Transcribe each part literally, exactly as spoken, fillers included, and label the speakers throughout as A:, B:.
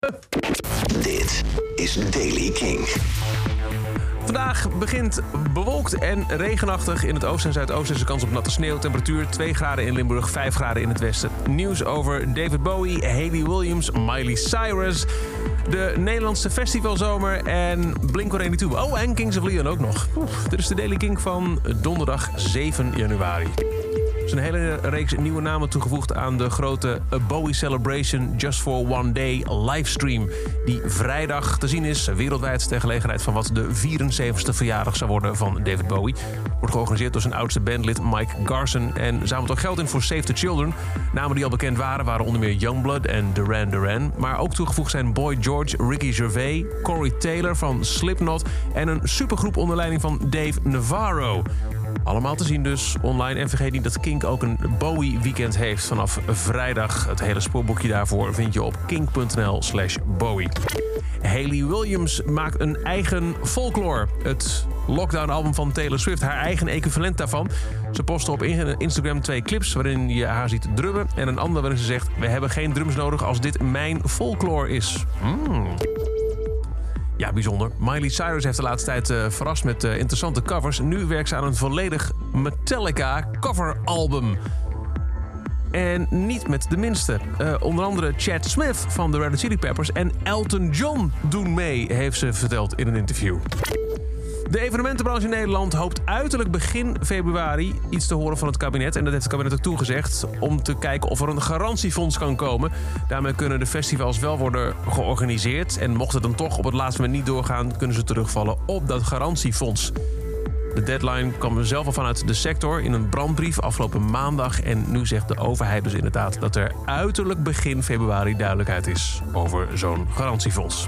A: Dit is Daily King.
B: Vandaag begint bewolkt en regenachtig. In het oosten en zuidoosten is er kans op natte sneeuw. Temperatuur twee graden in Limburg, vijf graden in het westen. Nieuws over David Bowie, Hayley Williams, Miley Cyrus, de Nederlandse festivalzomer en Blink honderdtweeënentwintig. Oh, en Kings of Leon ook nog. Oef, dit is de Daily King van donderdag zeven januari. Er is een hele reeks nieuwe namen toegevoegd aan de grote Bowie Celebration Just for One Day livestream. Die vrijdag te zien is, wereldwijd ter gelegenheid van wat de vierenzeventigste verjaardag zou worden van David Bowie. Wordt georganiseerd door zijn oudste bandlid Mike Garson en zamelt ook geld in voor Save the Children. Namen die al bekend waren waren onder meer Youngblood en Duran Duran. Maar ook toegevoegd zijn Boy George, Ricky Gervais, Corey Taylor van Slipknot en een supergroep onder leiding van Dave Navarro. Allemaal te zien dus online. En vergeet niet dat Kink ook een Bowie weekend heeft vanaf vrijdag. Het hele spoorboekje daarvoor vind je op kink punt n l slash Bowie. Hayley Williams maakt een eigen folklore. Het lockdown-album van Taylor Swift, haar eigen equivalent daarvan. Ze postte op Instagram twee clips waarin je haar ziet drummen. En een ander waarin ze zegt, we hebben geen drums nodig als dit mijn folklore is. Hmm. Ja, bijzonder. Miley Cyrus heeft de laatste tijd uh, verrast met uh, interessante covers. Nu werkt ze aan een volledig Metallica coveralbum. En niet met de minste. Uh, onder andere Chad Smith van de Red Hot Chili Peppers en Elton John doen mee, heeft ze verteld in een interview. De evenementenbranche in Nederland hoopt uiterlijk begin februari iets te horen van het kabinet. En dat heeft het kabinet ook toegezegd om te kijken of er een garantiefonds kan komen. Daarmee kunnen de festivals wel worden georganiseerd. En mocht het dan toch op het laatste moment niet doorgaan, kunnen ze terugvallen op dat garantiefonds. De deadline kwam zelf al vanuit de sector in een brandbrief afgelopen maandag. En nu zegt de overheid dus inderdaad dat er uiterlijk begin februari duidelijkheid is over zo'n garantiefonds.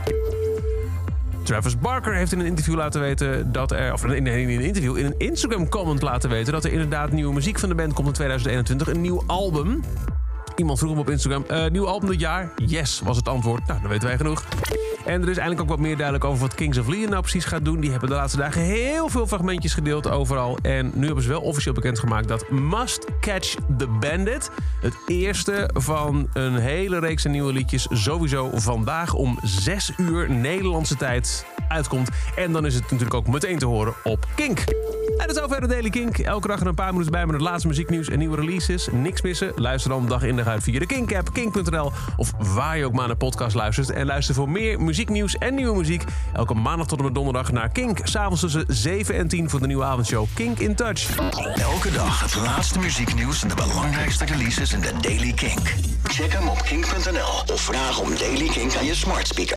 B: Travis Barker heeft in een interview laten weten dat er, of in een interview, in een Instagram comment laten weten dat er inderdaad nieuwe muziek van de band komt in tweeduizend eenentwintig. Een nieuw album. Iemand vroeg hem op Instagram, uh, nieuw album dit jaar? Yes, was het antwoord. Nou, dan weten wij genoeg. En er is eindelijk ook wat meer duidelijk over wat Kings of Leon nou precies gaat doen. Die hebben de laatste dagen heel veel fragmentjes gedeeld overal. En nu hebben ze wel officieel bekendgemaakt dat Must Catch the Bandit, het eerste van een hele reeks nieuwe liedjes, sowieso vandaag om zes uur Nederlandse tijd uitkomt. En dan is het natuurlijk ook meteen te horen op Kink. En dat is zover de Daily Kink. Elke dag er een paar minuten bij met het laatste muzieknieuws en nieuwe releases. Niks missen. Luister dan dag in dag uit via de Kink-app, kink punt n l of waar je ook maar naar podcast luistert. En luister voor meer muzieknieuws en nieuwe muziek elke maandag tot en met donderdag naar Kink. S'avonds tussen zeven en tien voor de nieuwe avondshow Kink in Touch.
A: Elke dag het laatste muzieknieuws en de belangrijkste releases in de Daily Kink. Check hem op kink punt n l of vraag om Daily Kink aan je smart speaker.